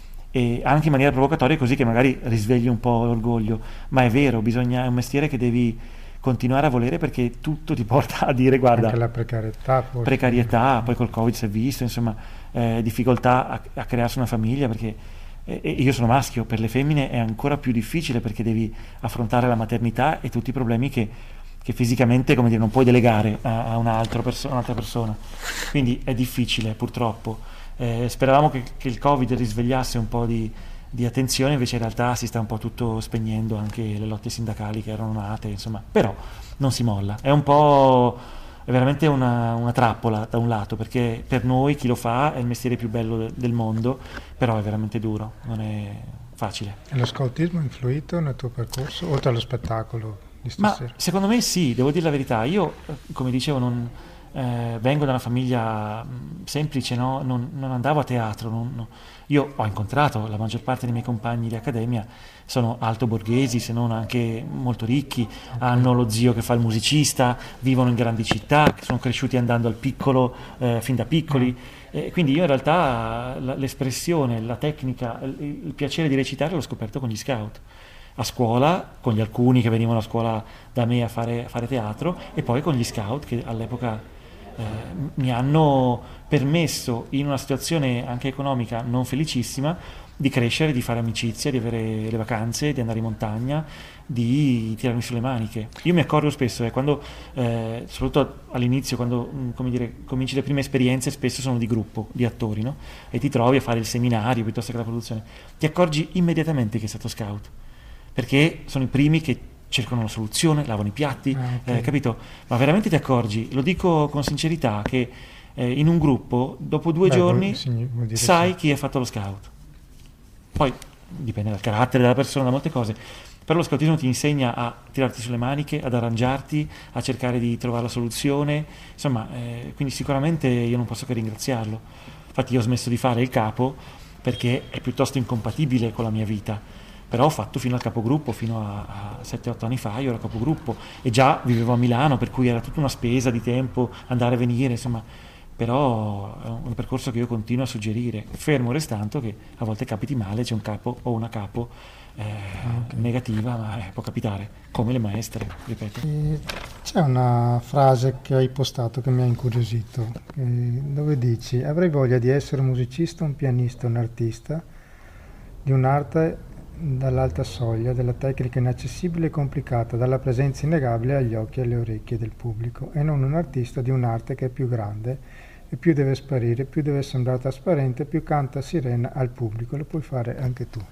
e anche in maniera provocatoria, così che magari risvegli un po' l'orgoglio. Ma è vero, bisogna, è un mestiere che devi continuare a volere, perché tutto ti porta a dire guarda, anche la precarietà forse. precarietà, poi col Covid si è visto, insomma, eh, difficoltà a, a crearsi una famiglia, perché eh, io sono maschio, per le femmine è ancora più difficile, perché devi affrontare la maternità e tutti i problemi che, che fisicamente, come dire, non puoi delegare a, a un altro perso- un'altra persona, quindi è difficile purtroppo. Eh, speravamo che, che il Covid risvegliasse un po' di, di attenzione, invece in realtà si sta un po' tutto spegnendo, anche le lotte sindacali che erano nate, insomma, però non si molla. È un po', è veramente una, una trappola da un lato, perché per noi chi lo fa è il mestiere più bello de, del mondo, però è veramente duro, non è facile. E lo scoutismo ha influito nel tuo percorso, oltre allo spettacolo di stasera? Ma secondo me sì, devo dire la verità. Io, come dicevo, non... Eh, vengo da una famiglia mh, semplice, no? non, non andavo a teatro, non, no. Io ho incontrato la maggior parte dei miei compagni di accademia, sono alto borghesi, se non anche molto ricchi, okay. Hanno lo zio che fa il musicista, vivono in grandi città, sono cresciuti andando al piccolo eh, fin da piccoli, mm. eh, quindi io in realtà la, l'espressione, la tecnica, il, il piacere di recitare l'ho scoperto con gli scout. A scuola, con gli alcuni che venivano a scuola da me a fare, a fare teatro, e poi con gli scout che all'epoca Eh, mi hanno permesso, in una situazione anche economica non felicissima, di crescere, di fare amicizia, di avere le vacanze, di andare in montagna, di tirarmi sulle maniche. Io mi accorgo spesso, eh, quando, eh, soprattutto all'inizio, quando mh, come dire, cominci le prime esperienze, spesso sono di gruppo, di attori, no? E ti trovi a fare il seminario piuttosto che la produzione. Ti accorgi immediatamente che è stato scout, perché sono i primi che cercano una soluzione, lavano i piatti, ah, okay. eh, capito? Ma veramente ti accorgi, lo dico con sincerità, che eh, in un gruppo, dopo due Beh, giorni, vuol, vuol sai sì. chi ha fatto lo scout. Poi dipende dal carattere della persona, da molte cose, però lo scoutismo ti insegna a tirarti sulle maniche, ad arrangiarti, a cercare di trovare la soluzione, insomma, eh, quindi sicuramente io non posso che ringraziarlo. Infatti io ho smesso di fare il capo perché è piuttosto incompatibile con la mia vita. Però ho fatto fino al capogruppo, fino a, a sette otto anni fa io ero capogruppo e già vivevo a Milano, per cui era tutta una spesa di tempo, andare e venire, insomma, però è un, un percorso che io continuo a suggerire, fermo restando che a volte capiti male, c'è un capo o una capo eh, okay. negativa, ma eh, può capitare, come le maestre, ripeto. E c'è una frase che hai postato che mi ha incuriosito, eh, dove dici: avrei voglia di essere un musicista, un pianista, un artista di un'arte dall'alta soglia, della tecnica inaccessibile e complicata, dalla presenza innegabile agli occhi e alle orecchie del pubblico, e non un artista di un'arte che è più grande e più deve sparire, più deve sembrare trasparente, più canta sirena al pubblico. Lo puoi fare anche tu.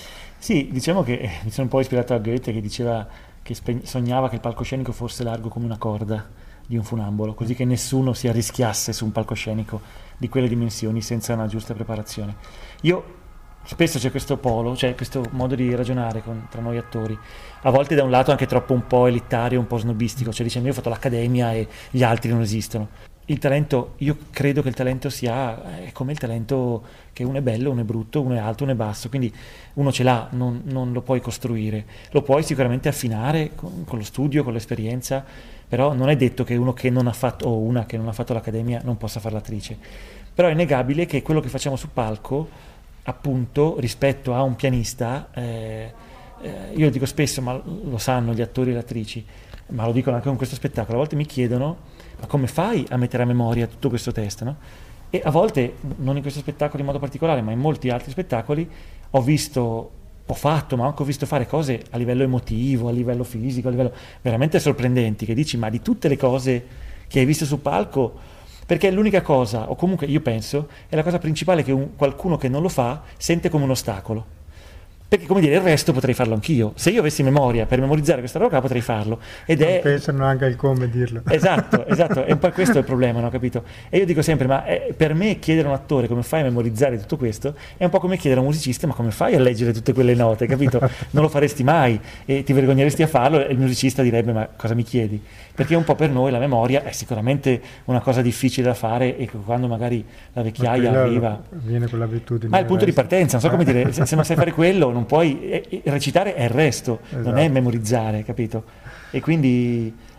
Sì, diciamo che eh, mi sono un po' ispirato a Goethe, che diceva che spe- sognava che il palcoscenico fosse largo come una corda di un funambolo, così che nessuno si arrischiasse su un palcoscenico di quelle dimensioni senza una giusta preparazione. Io spesso c'è questo polo, cioè questo modo di ragionare con, tra noi attori, a volte da un lato anche troppo un po' elitario, un po' snobistico, cioè diciamo io ho fatto l'accademia e gli altri non esistono. Il talento, io credo che il talento sia è come il talento che uno è bello, uno è brutto, uno è alto, uno è basso, quindi uno ce l'ha, non, non lo puoi costruire, lo puoi sicuramente affinare con, con lo studio, con l'esperienza, però non è detto che uno che non ha fatto, o una che non ha fatto l'accademia non possa fare l'attrice. Però è innegabile che quello che facciamo sul palco, appunto, rispetto a un pianista, eh, eh, io lo dico spesso, ma lo sanno gli attori e le attrici, ma lo dicono anche con questo spettacolo, a volte mi chiedono: ma come fai a mettere a memoria tutto questo testo, no? E a volte, non in questo spettacolo in modo particolare, ma in molti altri spettacoli, ho visto, ho fatto, ma anche ho visto fare cose a livello emotivo, a livello fisico, a livello veramente sorprendenti, che dici: ma di tutte le cose che hai visto sul palco, perché è l'unica cosa, o comunque io penso, è la cosa principale che un, qualcuno che non lo fa sente come un ostacolo. Perché, come dire, il resto potrei farlo anch'io. Se io avessi memoria per memorizzare questa roba potrei farlo. Ed non è... pensano anche al come dirlo. Esatto, esatto, è un po' questo il problema, no? Capito? E io dico sempre, ma è, per me chiedere a un attore come fai a memorizzare tutto questo è un po' come chiedere a un musicista: ma come fai a leggere tutte quelle note, capito? Non lo faresti mai e ti vergogneresti a farlo, e il musicista direbbe: ma cosa mi chiedi? Perché un po' per noi la memoria è sicuramente una cosa difficile da fare, e quando magari la vecchiaia arriva viene con l'abitudine, ma è il punto resto. Di partenza, non so come dire, se, se non sai fare quello non puoi, eh, recitare è il resto, esatto. Non è memorizzare, capito? E quindi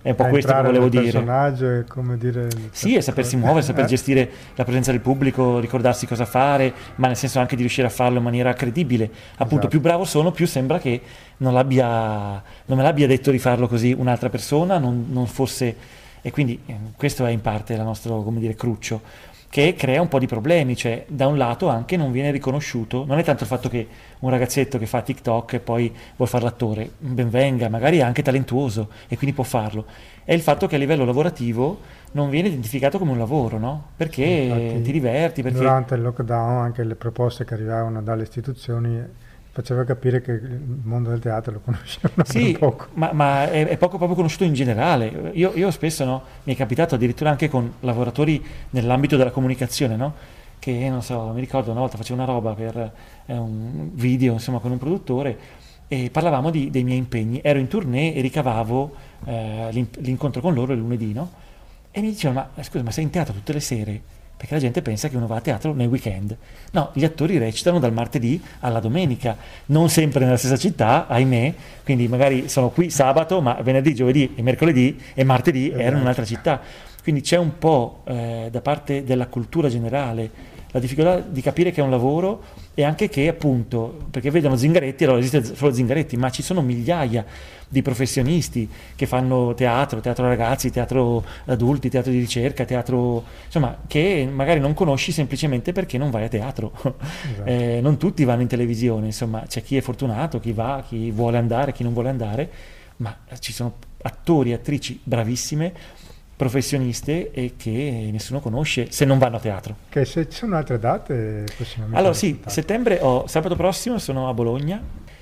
è un po' da questo che entrare volevo nel dire. personaggio e come dire... Sì, e sapersi muovere, saper Eh, gestire la presenza del pubblico, ricordarsi cosa fare, ma nel senso anche di riuscire a farlo in maniera credibile. Appunto, più esatto. bravo sono, più sembra che non l'abbia, non me l'abbia detto di farlo così un'altra persona, non, non fosse... E quindi eh, questo è in parte il nostro, come dire, cruccio, che crea un po' di problemi, cioè da un lato anche non viene riconosciuto, non è tanto il fatto che un ragazzetto che fa TikTok e poi vuol fare l'attore, ben venga, magari è anche talentuoso e quindi può farlo, è il fatto che a livello lavorativo non viene identificato come un lavoro, no? Sì, Perché ti infatti diverti, perché durante il lockdown anche le proposte che arrivavano dalle istituzioni faceva capire che il mondo del teatro lo conoscevano ben sì, poco. ma, ma è, è poco proprio conosciuto in generale. Io, io spesso, no, mi è capitato addirittura anche con lavoratori nell'ambito della comunicazione, no? Che non so, mi ricordo una volta facevo una roba per eh, un video, insomma, con un produttore e parlavamo di- dei miei impegni. Ero in tournée e ricavavo eh, l'in- l'incontro con loro il lunedì, no? E mi dicevano, ma scusa, ma sei in teatro tutte le sere? Perché la gente pensa che uno va a teatro nei weekend. No, gli attori recitano dal martedì alla domenica, non sempre nella stessa città, ahimè, quindi magari sono qui sabato, ma venerdì, giovedì e mercoledì e martedì erano in Esatto. un'altra città. Quindi c'è un po' eh, da parte della cultura generale la difficoltà di capire che è un lavoro e anche che appunto, perché vedono Zingaretti, allora esiste solo Zingaretti, ma ci sono migliaia di professionisti che fanno teatro, teatro ragazzi, teatro adulti, teatro di ricerca, teatro, insomma, che magari non conosci semplicemente perché non vai a teatro. Esatto. Eh, non tutti vanno in televisione, insomma, c'è chi è fortunato, chi va, chi vuole andare, chi non vuole andare, ma ci sono attori, attrici bravissime, professioniste e che nessuno conosce se non vanno a teatro. Che se ci sono altre date prossimamente Allora da sì, contatto. settembre ho, sabato prossimo sono a Bologna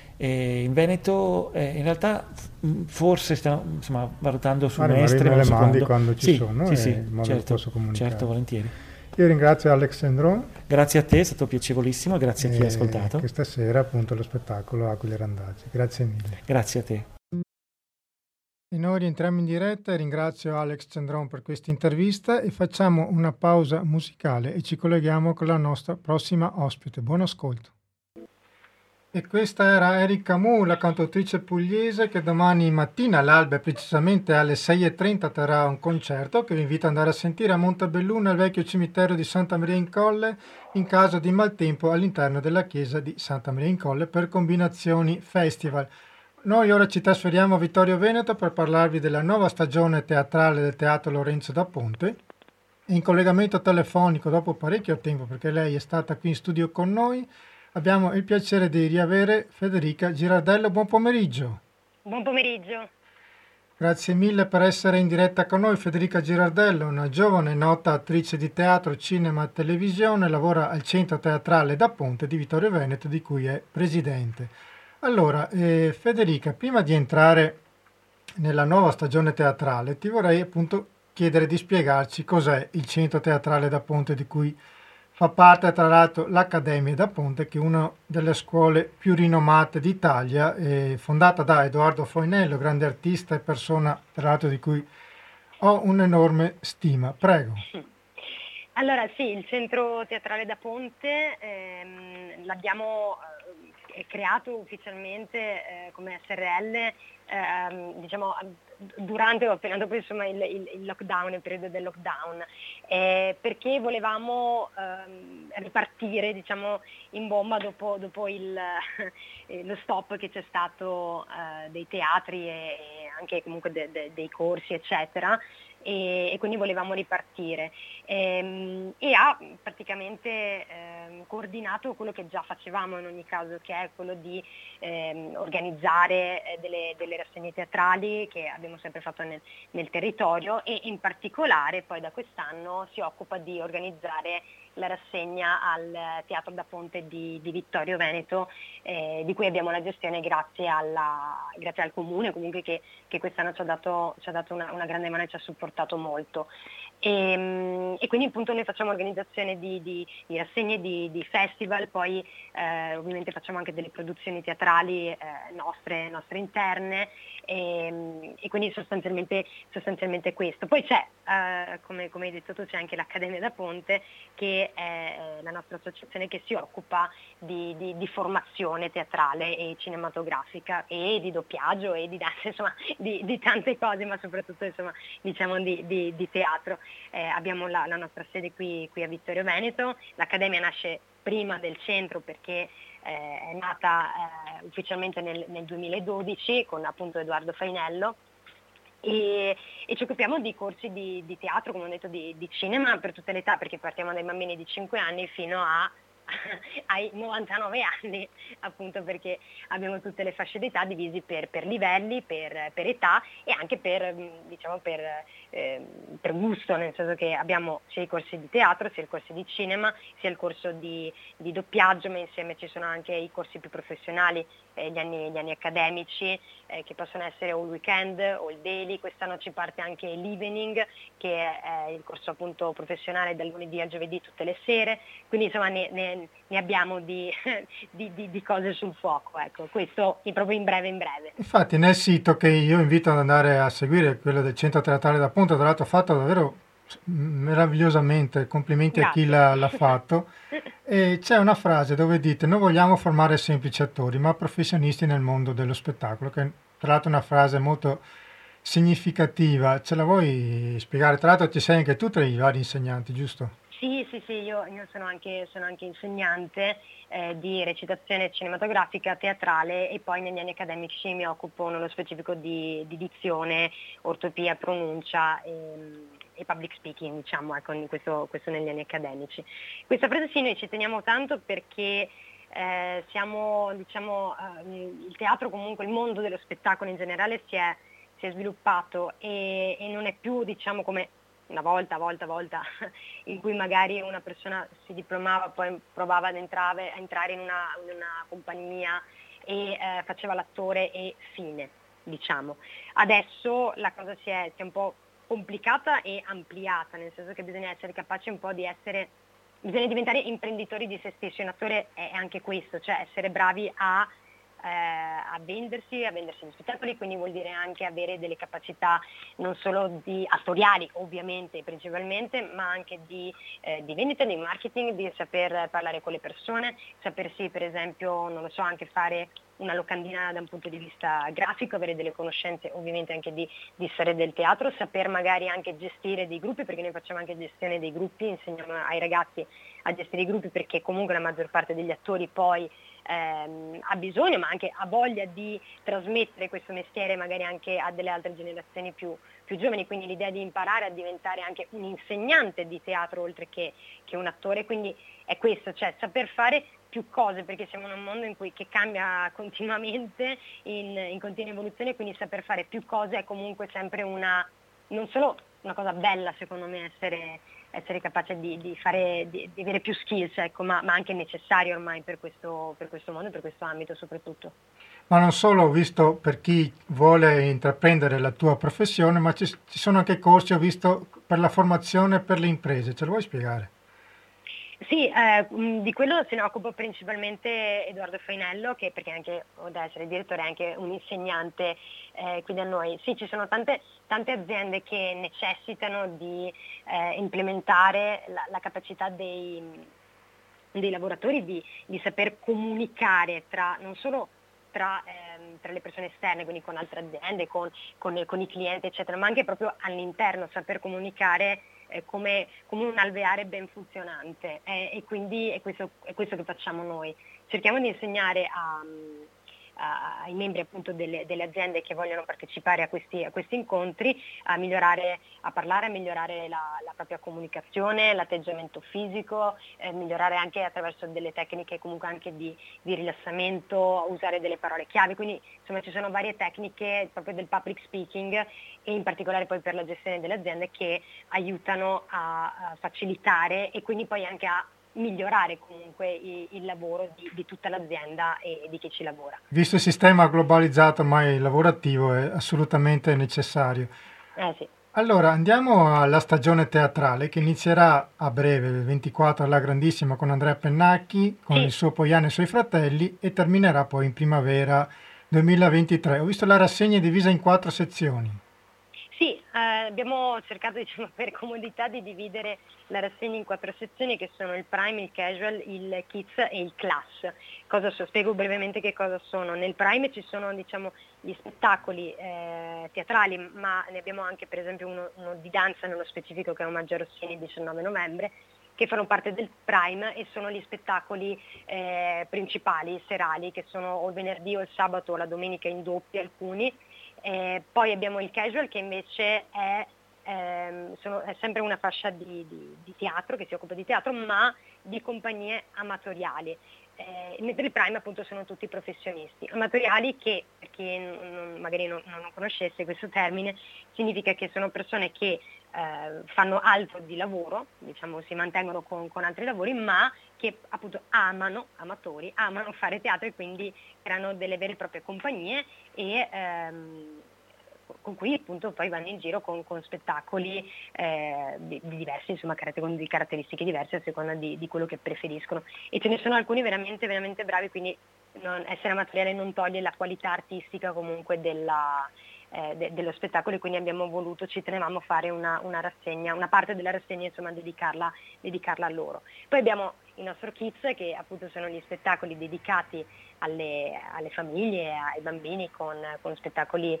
e in Veneto eh, in realtà mh, forse stiamo insomma, valutando su Magari magari Mestre, me ma lo le mandi secondo. quando ci Sì, sono sì, e sì, in modo che certo, posso certo, comunicare. volentieri. Io ringrazio Alex Sandron Grazie a te, è stato piacevolissimo, grazie a chi ha eh, ascoltato. che stasera appunto lo spettacolo Aquile Randaggi. Grazie mille. Grazie a te. E noi rientriamo in diretta e ringrazio Alex Cendron per questa intervista e facciamo una pausa musicale e ci colleghiamo con la nostra prossima ospite. Buon ascolto. E questa era Erika Mu, la cantautrice pugliese che domani mattina all'alba, precisamente alle sei e trenta, terrà un concerto che vi invito ad andare a sentire a Montebelluna, al vecchio cimitero di Santa Maria in Colle, in caso di maltempo all'interno della chiesa di Santa Maria in Colle per Combinazioni Festival. Noi ora ci trasferiamo a Vittorio Veneto per parlarvi della nuova stagione teatrale del Teatro Lorenzo da Ponte. E in collegamento telefonico dopo parecchio tempo, perché lei è stata qui in studio con noi, abbiamo il piacere di riavere Federica Girardello. Buon pomeriggio. Buon pomeriggio. Grazie mille per essere in diretta con noi. Federica Girardello, una giovane e nota attrice di teatro, cinema e televisione, lavora al Centro Teatrale da Ponte di Vittorio Veneto, di cui è presidente. Allora, eh, Federica, prima di entrare nella nuova stagione teatrale, ti vorrei appunto chiedere di spiegarci cos'è il Centro Teatrale da Ponte, di cui fa parte tra l'altro l'Accademia da Ponte, che è una delle scuole più rinomate d'Italia, eh, fondata da Edoardo Foinello, grande artista e persona tra l'altro di cui ho un'enorme stima. Prego. Allora sì, il Centro Teatrale da Ponte ehm, l'abbiamo eh, creato ufficialmente eh, come S R L ehm, diciamo durante o appena dopo insomma, il, il, il lockdown, il periodo del lockdown, eh, perché volevamo ehm, ripartire diciamo, in bomba dopo, dopo il, eh, lo stop che c'è stato eh, dei teatri e, e anche comunque de, de, dei corsi eccetera. E, e quindi volevamo ripartire e, e ha praticamente eh, coordinato quello che già facevamo in ogni caso, che è quello di eh, organizzare eh, delle, delle rassegne teatrali che abbiamo sempre fatto nel, nel territorio e in particolare poi da quest'anno si occupa di organizzare la rassegna al Teatro da Ponte di, di Vittorio Veneto, eh, di cui abbiamo la gestione grazie, alla, grazie al comune comunque che, che quest'anno ci ha dato, ci ha dato una, una grande mano e ci ha supportato molto. E, e quindi appunto noi facciamo organizzazione di, di, di rassegne, di, di festival, poi eh, ovviamente facciamo anche delle produzioni teatrali eh, nostre, nostre interne e, e quindi sostanzialmente, sostanzialmente questo. Poi c'è, eh, come, come hai detto tu, c'è anche l'Accademia da Ponte, che è la nostra associazione che si occupa di, di, di formazione teatrale e cinematografica e di doppiaggio e di danza, insomma di, di tante cose, ma soprattutto insomma diciamo di, di, di teatro. Eh, abbiamo la, la nostra sede qui, qui a Vittorio Veneto, l'Accademia nasce prima del centro perché eh, è nata eh, ufficialmente nel, nel duemiladodici con appunto Edoardo Fainello e, e ci occupiamo di corsi di, di teatro, come ho detto, di, di cinema per tutte le età, perché partiamo dai bambini di cinque anni fino a ai novantanove anni, appunto perché abbiamo tutte le fasce d'età divisi per, per livelli, per, per età e anche per, diciamo, per, eh, per gusto, nel senso che abbiamo sia i corsi di teatro, sia i corsi di cinema, sia il corso di, di doppiaggio, ma insieme ci sono anche i corsi più professionali, eh, gli, anni, gli anni accademici, eh, che possono essere o il weekend o il daily. Quest'anno ci parte anche l'evening, che è il corso appunto professionale dal lunedì al giovedì tutte le sere, quindi insomma ne, ne, ne abbiamo di, di, di, di cose sul fuoco, ecco, questo proprio in breve in breve. Infatti nel sito, che io invito ad andare a seguire, quello del Centro Teatrale da Ponte, tra l'altro fatto davvero meravigliosamente, complimenti Grazie. a chi l'ha, l'ha fatto, e c'è una frase dove dite: non vogliamo formare semplici attori ma professionisti nel mondo dello spettacolo, che tra l'altro è una frase molto significativa. Ce la vuoi spiegare? Tra l'altro ci sei anche tu tra i vari insegnanti, giusto? Sì, sì, sì, io, io sono, anche, sono anche insegnante eh, di recitazione cinematografica, teatrale e poi negli anni accademici mi occupo nello specifico di, di dizione, ortopia, pronuncia e, e public speaking, diciamo, ecco, questo, questo negli anni accademici. Questa frase sì, noi ci teniamo tanto perché eh, siamo, diciamo, eh, il teatro, comunque il mondo dello spettacolo in generale si è, si è sviluppato e, e non è più, diciamo, come una volta, volta, volta, in cui magari una persona si diplomava, poi provava ad entrare, a entrare in una, in una compagnia e eh, faceva l'attore e fine, diciamo. Adesso la cosa si è, si è un po' complicata e ampliata, nel senso che bisogna essere capaci un po' di essere, bisogna diventare imprenditori di se stessi. Un attore è anche questo, cioè essere bravi a Eh, a vendersi, a vendersi gli spettacoli, quindi vuol dire anche avere delle capacità non solo di attoriali, ovviamente, principalmente, ma anche di, eh, di vendita, di marketing, di saper parlare con le persone, sapersi per esempio, non lo so, anche fare una locandina da un punto di vista grafico, avere delle conoscenze ovviamente anche di, di storia del teatro, saper magari anche gestire dei gruppi, perché noi facciamo anche gestione dei gruppi, insegniamo ai ragazzi a gestire i gruppi, perché comunque la maggior parte degli attori poi ehm, ha bisogno, ma anche ha voglia di trasmettere questo mestiere magari anche a delle altre generazioni più, più giovani, quindi l'idea di imparare a diventare anche un insegnante di teatro oltre che, che un attore, quindi è questo, cioè saper fare più cose, perché siamo in un mondo in cui, che cambia continuamente, in, in continua evoluzione, quindi saper fare più cose è comunque sempre una, non solo una cosa bella secondo me, essere, essere capace di, di, fare, di, di avere più skills, ecco, ma, ma anche necessario ormai per questo, per questo mondo, per questo ambito soprattutto. Ma non solo, ho visto, per chi vuole intraprendere la tua professione, ma ci, ci sono anche corsi, ho visto, per la formazione per le imprese, ce lo vuoi spiegare? Sì, eh, di quello se ne occupa principalmente Edoardo Fainello, che perché anche, oltre ad essere direttore, è anche un insegnante eh, qui da noi. Sì, ci sono tante, tante aziende che necessitano di eh, implementare la, la capacità dei, dei lavoratori di, di saper comunicare tra non solo tra, ehm, tra le persone esterne, quindi con altre aziende, con, con, con i clienti, eccetera, ma anche proprio all'interno, saper comunicare Come, come un alveare ben funzionante eh, e quindi è questo, è questo che facciamo noi. Cerchiamo di insegnare a, a, ai membri appunto delle, delle aziende che vogliono partecipare a questi, a questi incontri a migliorare, a parlare, a migliorare la, la propria comunicazione, l'atteggiamento fisico, eh, migliorare anche attraverso delle tecniche comunque anche di, di rilassamento, usare delle parole chiave, quindi insomma ci sono varie tecniche proprio del public speaking e in particolare poi per la gestione delle aziende che aiutano a, a facilitare e quindi poi anche a migliorare comunque il, il lavoro di, di tutta l'azienda e di chi ci lavora. Visto il sistema globalizzato ormai lavorativo è assolutamente necessario. Eh sì. Allora, andiamo alla stagione teatrale che inizierà a breve, il ventiquattro alla Grandissima con Andrea Pennacchi, con il Sì, suo Poiano e i suoi fratelli e terminerà poi in primavera duemilaventitré. Ho visto la rassegna è divisa in quattro sezioni. sì, eh, abbiamo cercato, diciamo, per comodità di dividere la rassegna in quattro sezioni che sono il Prime, il Casual, il Kids e il Class. Cosa so, spiego brevemente che cosa sono. Nel Prime ci sono, diciamo, gli spettacoli eh, teatrali, ma ne abbiamo anche per esempio uno, uno di danza nello specifico che è Omaggio a Rossini il diciannove novembre, che fanno parte del Prime e sono gli spettacoli eh, principali, serali, che sono o il venerdì o il sabato o la domenica in doppia alcuni. Eh, poi abbiamo il Casual che invece è, ehm, sono- è sempre una fascia di, di- di teatro, che si occupa di teatro, ma di compagnie amatoriali. Eh, mentre il Prime appunto sono tutti professionisti. Amatoriali che, per chi non- magari non, non conoscesse questo termine, significa che sono persone che eh, fanno altro di lavoro, diciamo si mantengono con, con altri lavori, ma che appunto amano, amatori, amano fare teatro e quindi creano delle vere e proprie compagnie e ehm, con cui appunto poi vanno in giro con, con spettacoli eh, di, di diverse, insomma, caratter- con di caratteristiche diverse a seconda di, di quello che preferiscono. E ce ne sono alcuni veramente, veramente bravi, quindi non, essere amatoriale non toglie la qualità artistica comunque della, eh, de- dello spettacolo e quindi abbiamo voluto, ci tenevamo a fare una, una rassegna, una parte della rassegna insomma dedicarla, dedicarla a loro. Poi abbiamo il nostro Kids che appunto sono gli spettacoli dedicati alle, alle famiglie, ai bambini con, con spettacoli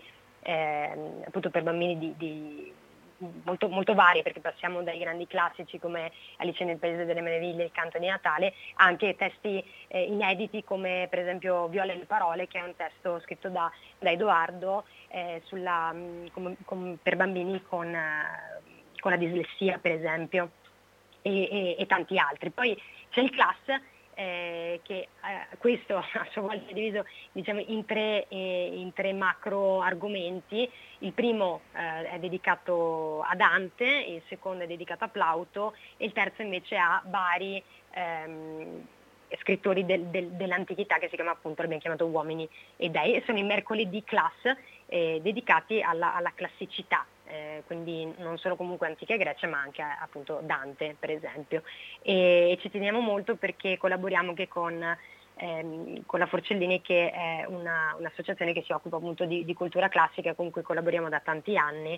ehm, appunto per bambini di, di molto, molto vari, perché passiamo dai grandi classici come Alice nel Paese delle Meraviglie, Il canto di Natale, anche testi eh, inediti come per esempio Viola e le parole, che è un testo scritto da, da Edoardo eh, sulla, mh, com, com, per bambini con, eh, con la dislessia per esempio e, e, e tanti altri. Poi c'è il Class eh, che eh, questo a sua volta è diviso diciamo, in, tre, eh, in tre macro argomenti. Il primo eh, è dedicato a Dante, il secondo è dedicato a Plauto e il terzo invece a vari ehm, scrittori del, del, dell'antichità che si chiama appunto, l'abbiamo chiamato Uomini e Dei, e sono i mercoledì class eh, dedicati alla, alla classicità. Eh, quindi non solo comunque antica Grecia ma anche appunto Dante per esempio e, e ci teniamo molto perché collaboriamo anche con, ehm, con la Forcellini che è una, un'associazione che si occupa appunto di, di cultura classica con cui collaboriamo da tanti anni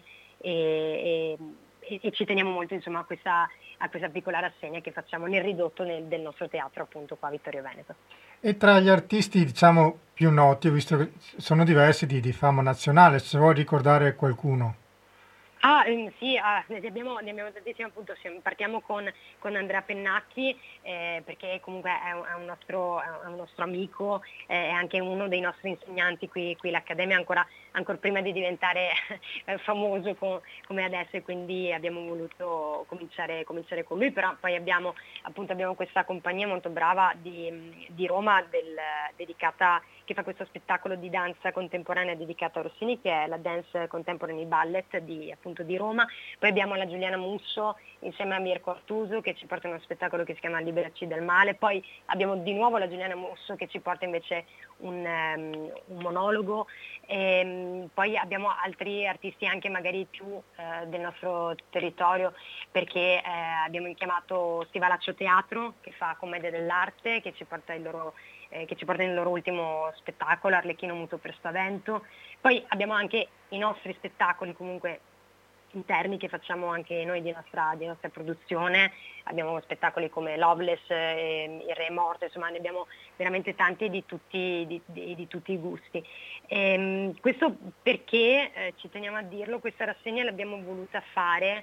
e, e, e ci teniamo molto insomma a questa, a questa piccola rassegna che facciamo nel ridotto nel, del nostro teatro appunto qua a Vittorio Veneto. E tra gli artisti, diciamo, più noti, ho visto che sono diversi di, di fama nazionale, se vuoi ricordare qualcuno. Ah, ehm, sì, ah, ne abbiamo, ne abbiamo tantissimi appunto, siamo- partiamo con, con Andrea Pennacchi eh, perché comunque è un, è un nostro, è un nostro amico, eh, è anche uno dei nostri insegnanti qui, qui all'Accademia, ancora, ancora prima di diventare eh, famoso co- come adesso e quindi abbiamo voluto cominciare, cominciare con lui, però poi abbiamo, appunto, abbiamo questa compagnia molto brava di, di Roma del, dedicata, che fa questo spettacolo di danza contemporanea dedicato a Rossini che è la Dance Contemporary Ballet di, appunto, di Roma. Poi abbiamo la Giuliana Musso insieme a Mirko Artuso che ci porta uno spettacolo che si chiama Liberaci del male. Poi abbiamo di nuovo la Giuliana Musso che ci porta invece un, um, un monologo. E, um, poi abbiamo altri artisti anche magari più uh, del nostro territorio perché eh, abbiamo chiamato Stivalaccio Teatro che fa commedia dell'arte che ci porta il loro Eh, che ci porta nel loro ultimo spettacolo, Arlecchino muto per spavento. Poi abbiamo anche i nostri spettacoli comunque interni che facciamo anche noi di nostra, di nostra produzione, abbiamo spettacoli come Loveless, eh, Il Re è morto, insomma ne abbiamo veramente tanti di tutti, di, di, di tutti i gusti. Ehm, questo perché, eh, ci teniamo a dirlo, questa rassegna l'abbiamo voluta fare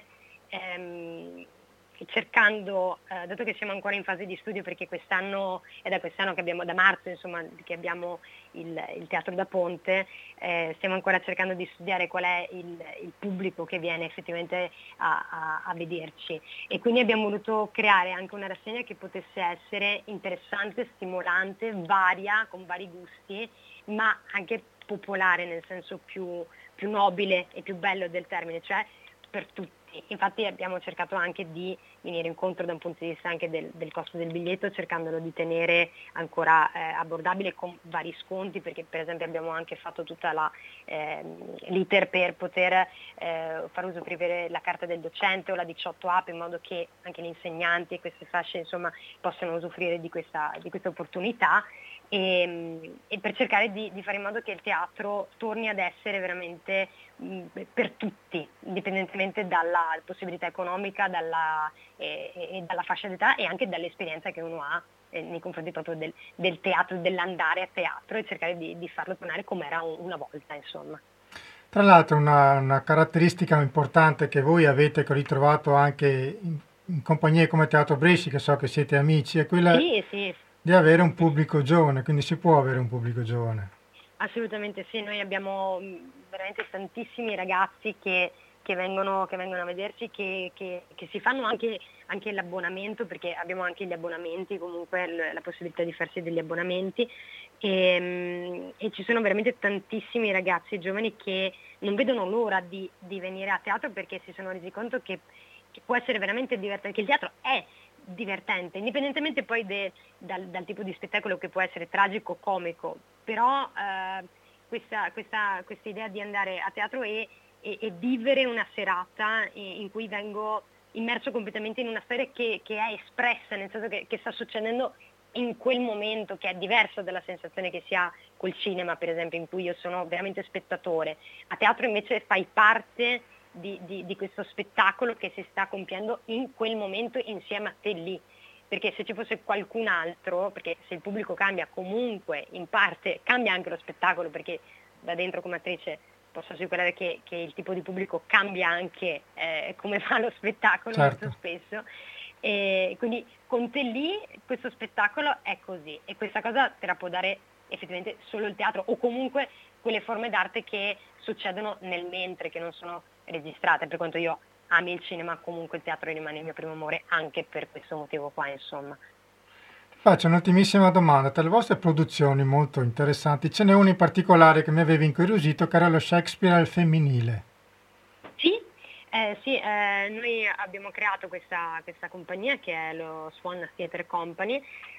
ehm, cercando, eh, dato che siamo ancora in fase di studio perché quest'anno è da quest'anno che abbiamo, da marzo insomma, che abbiamo il, il Teatro da Ponte, eh, stiamo ancora cercando di studiare qual è il, il pubblico che viene effettivamente a, a, a vederci e quindi abbiamo voluto creare anche una rassegna che potesse essere interessante, stimolante, varia, con vari gusti, ma anche popolare nel senso più, più nobile e più bello del termine, cioè per tutti. Infatti abbiamo cercato anche di venire incontro da un punto di vista anche del, del costo del biglietto, cercandolo di tenere ancora eh, abbordabile con vari sconti, perché per esempio abbiamo anche fatto tutta la, eh, l'iter per poter eh, far usufruire la carta del docente o la diciotto app, in modo che anche gli insegnanti e queste fasce insomma possano usufruire di questa, di questa opportunità. E, e per cercare di, di fare in modo che il teatro torni ad essere veramente mh, per tutti, indipendentemente dalla possibilità economica, dalla, e, e dalla fascia d'età e anche dall'esperienza che uno ha eh, nei confronti proprio del, del teatro, dell'andare a teatro, e cercare di, di farlo tornare come era una volta, insomma. Tra l'altro una, una caratteristica importante che voi avete, che ho ritrovato anche in, in compagnie come Teatro Bresci, che so che siete amici, è quella Sì, sì. di avere un pubblico giovane, quindi si può avere un pubblico giovane. Assolutamente sì, noi abbiamo veramente tantissimi ragazzi che, che, vengono, che vengono a vederci, che, che, che si fanno anche, anche l'abbonamento, perché abbiamo anche gli abbonamenti, comunque la possibilità di farsi degli abbonamenti, e, e ci sono veramente tantissimi ragazzi giovani che non vedono l'ora di, di venire a teatro, perché si sono resi conto che, che può essere veramente divertente, che il teatro è divertente, indipendentemente poi de, dal, dal tipo di spettacolo, che può essere tragico o comico, però eh, questa, questa, questa idea di andare a teatro e, e, e vivere una serata in cui vengo immerso completamente in una storia che, che è espressa, nel senso che, che sta succedendo in quel momento, che è diverso dalla sensazione che si ha col cinema, per esempio, in cui io sono veramente spettatore. A teatro invece fai parte Di, di, di questo spettacolo che si sta compiendo in quel momento insieme a te lì, perché se ci fosse qualcun altro, perché se il pubblico cambia comunque in parte cambia anche lo spettacolo, perché da dentro come attrice posso assicurare che, che il tipo di pubblico cambia anche eh, come fa lo spettacolo, certo, molto spesso, e quindi con te lì questo spettacolo è così, e questa cosa te la può dare effettivamente solo il teatro, o comunque quelle forme d'arte che succedono nel mentre, che non sono registrate. Per quanto io ami il cinema, comunque il teatro rimane il mio primo amore, anche per questo motivo qua, insomma. Ti faccio un'ultimissima domanda. Tra le vostre produzioni molto interessanti ce n'è una in particolare che mi aveva incuriosito, che era lo Shakespeare al femminile. Sì, eh, sì eh, noi abbiamo creato questa, questa compagnia, che è lo Swan Theatre Company,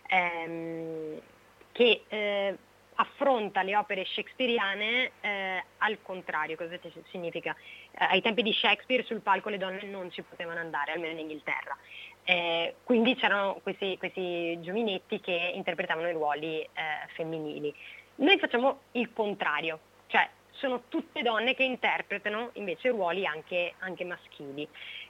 ehm, che eh, affronta le opere shakespeariane eh, al contrario. Cosa significa? Eh, ai tempi di Shakespeare sul palco le donne non ci potevano andare, almeno in Inghilterra. Eh, quindi c'erano questi, questi giovinetti che interpretavano i ruoli eh, femminili. Noi facciamo il contrario, cioè sono tutte donne che interpretano invece ruoli anche, anche maschili.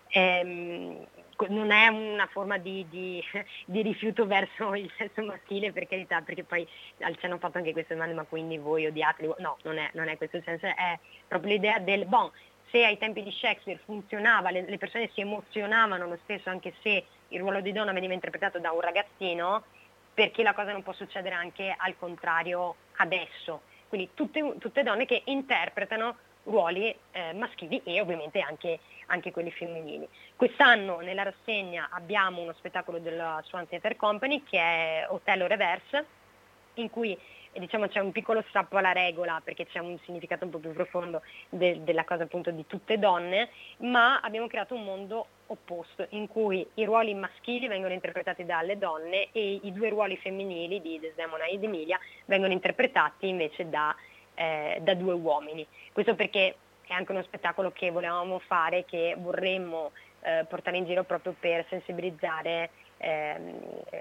Ehm, non è una forma di, di, di rifiuto verso il sesso maschile, per carità, perché poi ci hanno fatto anche queste domande, ma quindi voi odiateli? No, non è, non è questo il senso, è proprio l'idea del, bon, se ai tempi di Shakespeare funzionava, le, le persone si emozionavano lo stesso anche se il ruolo di donna veniva interpretato da un ragazzino, perché la cosa non può succedere anche al contrario adesso? Quindi tutte, tutte donne che interpretano ruoli eh, maschili e ovviamente anche, anche quelli femminili. Quest'anno nella rassegna abbiamo uno spettacolo della Swan Theatre Company che è Otello Reverse, in cui eh, diciamo c'è un piccolo strappo alla regola, perché c'è un significato un po' più profondo de- della cosa appunto di tutte donne, ma abbiamo creato un mondo opposto in cui i ruoli maschili vengono interpretati dalle donne e i due ruoli femminili di Desdemona ed Emilia vengono interpretati invece da Eh, da due uomini. Questo perché è anche uno spettacolo che volevamo fare, che vorremmo eh, portare in giro proprio per sensibilizzare ehm,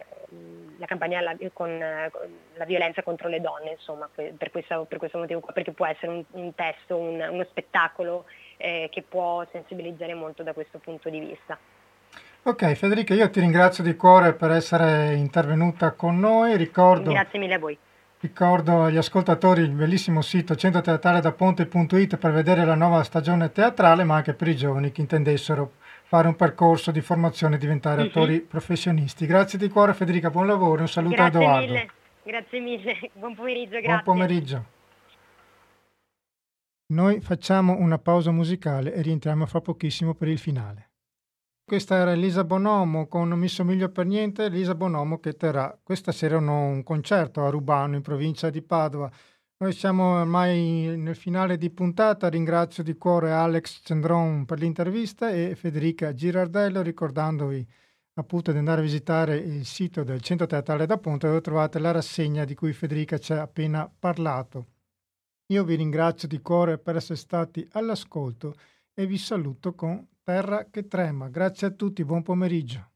la campagna la, con, eh, la violenza contro le donne, insomma, per, questo, per questo motivo qua, perché può essere un, un testo, un, uno spettacolo eh, che può sensibilizzare molto da questo punto di vista. Ok, Federica, io ti ringrazio di cuore per essere intervenuta con noi. Ricordo Grazie mille a voi. Ricordo agli ascoltatori il bellissimo sito centro teatrale da ponte punto it per vedere la nuova stagione teatrale, ma anche per i giovani che intendessero fare un percorso di formazione e diventare uh-huh. attori professionisti. Grazie di cuore Federica, buon lavoro, un saluto grazie a Edoardo. Mille. Grazie mille, buon pomeriggio, grazie. Buon pomeriggio. Noi facciamo una pausa musicale e rientriamo fra pochissimo per il finale. Questa era Elisa Bonomo con Non mi somiglio per niente, Elisa Bonomo che terrà questa sera un, un concerto a Rubano in provincia di Padova. Noi siamo ormai nel finale di puntata, ringrazio di cuore Alex Cendron per l'intervista e Federica Girardello ricordandovi appunto di andare a visitare il sito del Centro Teatrale da Ponte, dove trovate la rassegna di cui Federica ci ha appena parlato. Io vi ringrazio di cuore per essere stati all'ascolto e vi saluto con Terra che trema. Grazie a tutti, buon pomeriggio.